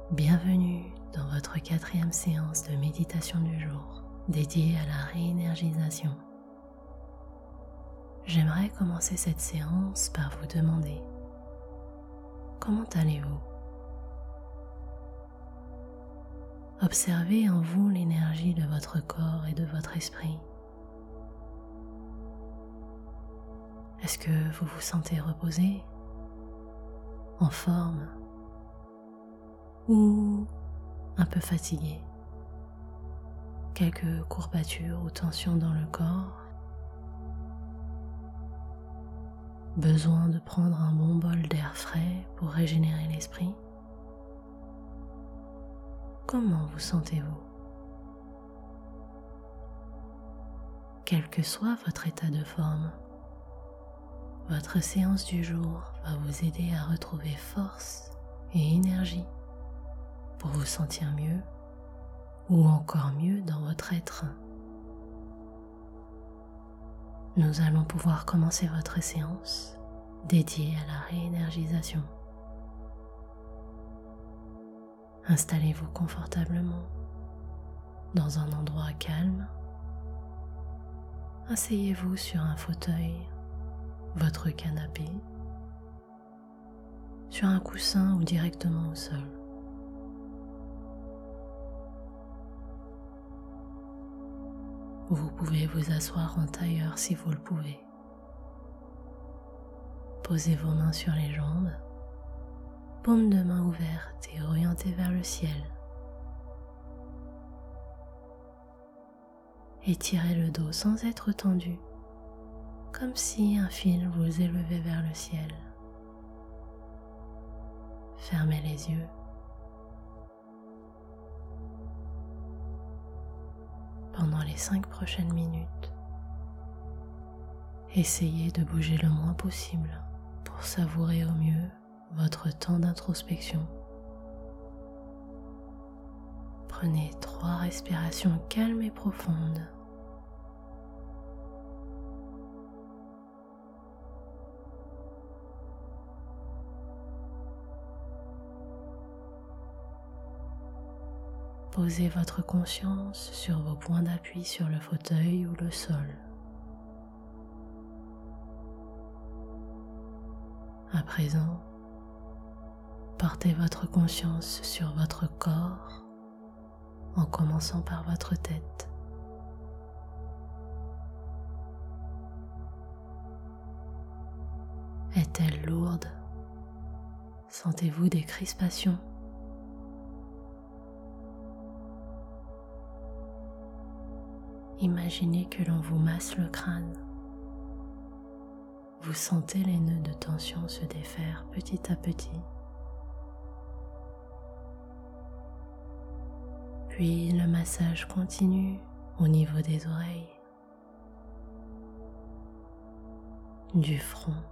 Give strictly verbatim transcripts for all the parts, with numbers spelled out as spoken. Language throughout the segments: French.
Bienvenue dans votre quatrième séance de méditation du jour dédiée à la réénergisation. J'aimerais commencer cette séance par vous demander comment allez-vous? Observez en vous l'énergie de votre corps et de votre esprit. Est-ce que vous vous sentez reposé, en forme ou un peu fatigué? Quelques courbatures ou tensions dans le corps? Besoin de prendre un bon bol d'air frais pour régénérer l'esprit? Comment vous sentez-vous? Quel que soit votre état de forme, votre séance du jour va vous aider à retrouver force et énergie pour vous sentir mieux ou encore mieux dans votre être. Nous allons pouvoir commencer votre séance dédiée à la réénergisation. Installez-vous confortablement dans un endroit calme. Asseyez-vous sur un fauteuil, votre canapé, sur un coussin ou directement au sol. Vous pouvez vous asseoir en tailleur si vous le pouvez. Posez vos mains sur les jambes, paumes de main ouvertes et orientées vers le ciel. Étirez le dos sans être tendu, comme si un fil vous élevait vers le ciel. Fermez les yeux. Pendant les cinq prochaines minutes, essayez de bouger le moins possible pour savourer au mieux votre temps d'introspection. Prenez trois respirations calmes et profondes. Posez votre conscience sur vos points d'appui sur le fauteuil ou le sol. À présent, portez votre conscience sur votre corps en commençant par votre tête. Est-elle lourde? Sentez-vous des crispations? Imaginez que l'on vous masse le crâne. Vous sentez les nœuds de tension se défaire petit à petit. Puis le massage continue au niveau des oreilles, du front,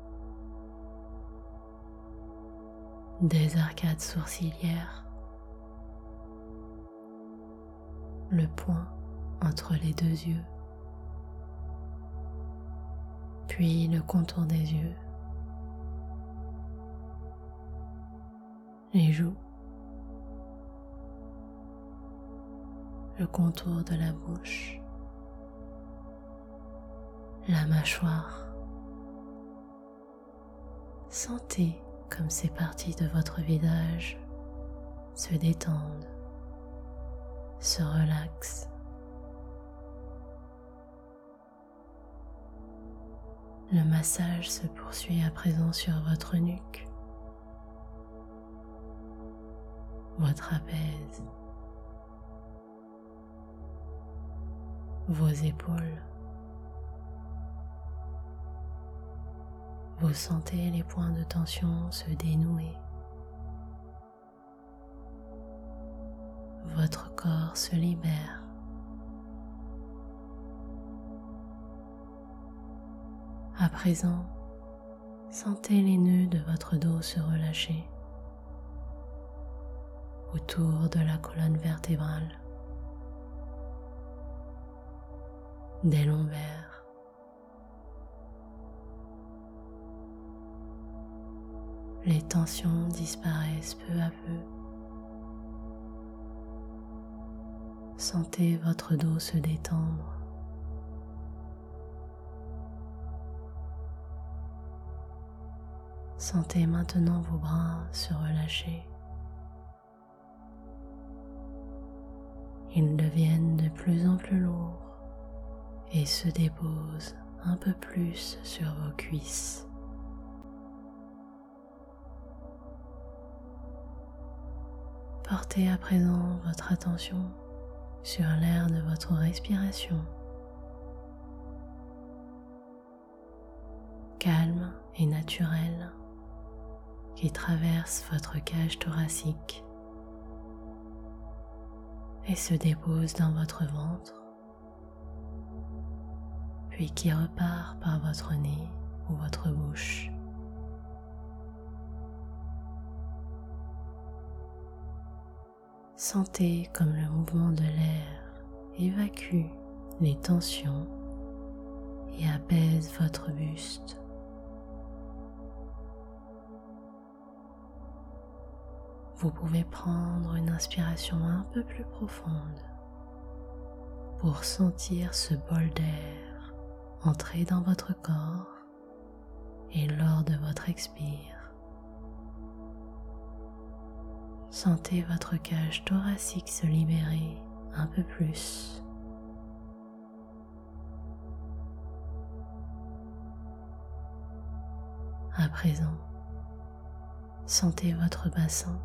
des arcades sourcilières, le point entre les deux yeux, puis le contour des yeux, les joues, le contour de la bouche, la mâchoire. Sentez comme ces parties de votre visage se détendent, se relaxent. Le massage se poursuit à présent sur votre nuque, votre trapèze, vos épaules. Vous sentez les points de tension se dénouer. Votre corps se libère. À présent, sentez les nœuds de votre dos se relâcher autour de la colonne vertébrale, des lombaires, les tensions disparaissent peu à peu Sentez votre dos se détendre. Sentez maintenant vos bras se relâcher. Ils deviennent de plus en plus lourds et se déposent un peu plus sur vos cuisses. Portez à présent votre attention sur l'air de votre respiration, calme et naturel, qui traverse votre cage thoracique et se dépose dans votre ventre, puis qui repart par votre nez ou votre bouche. Sentez comme le mouvement de l'air évacue les tensions et apaise votre buste. Vous pouvez prendre une inspiration un peu plus profonde pour sentir ce bol d'air entrer dans votre corps et lors de votre expire, sentez votre cage thoracique se libérer un peu plus. À présent, sentez votre bassin,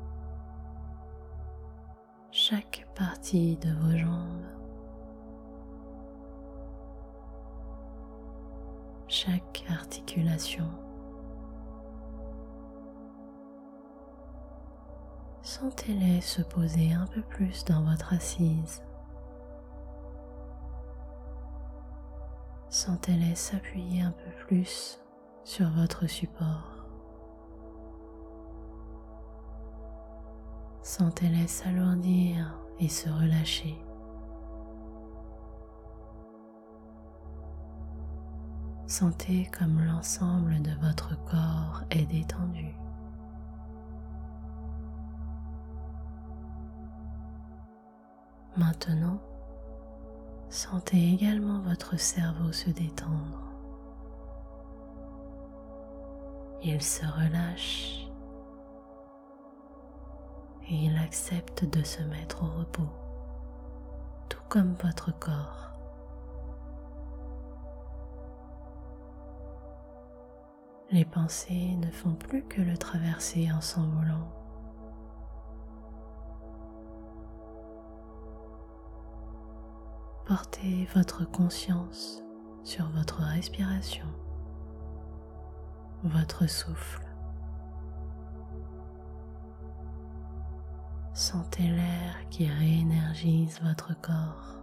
chaque partie de vos jambes, chaque articulation. Sentez-les se poser un peu plus dans votre assise. Sentez-les s'appuyer un peu plus sur votre support. Sentez-les s'alourdir et se relâcher. Sentez comme l'ensemble de votre corps est détendu. Maintenant, sentez également votre cerveau se détendre. Il se relâche et il accepte de se mettre au repos, tout comme votre corps. Les pensées ne font plus que le traverser en s'envolant. Portez votre conscience sur votre respiration, votre souffle. Sentez l'air qui réénergise votre corps.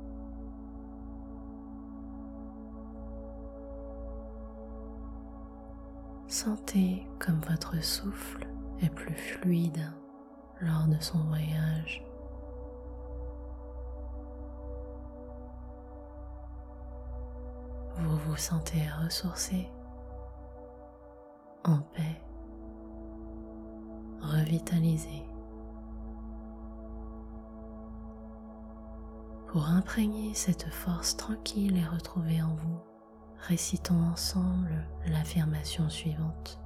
Sentez comme votre souffle est plus fluide lors de son voyage. Vous vous sentez ressourcé, en paix, revitalisé. Pour imprégner cette force tranquille et retrouvée en vous, récitons ensemble l'affirmation suivante.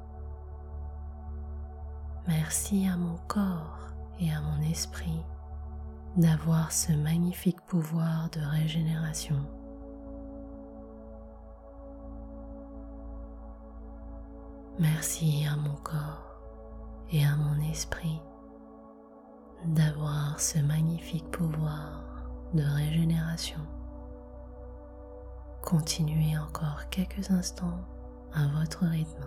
Merci à mon corps et à mon esprit d'avoir ce magnifique pouvoir de régénération. Merci à mon corps et à mon esprit d'avoir ce magnifique pouvoir de régénération. Continuez encore quelques instants à votre rythme.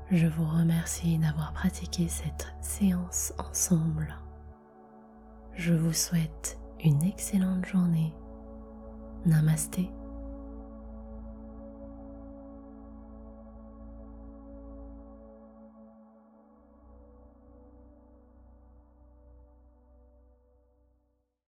Je vous remercie d'avoir pratiqué cette séance ensemble. Je vous souhaite une excellente journée. Namasté.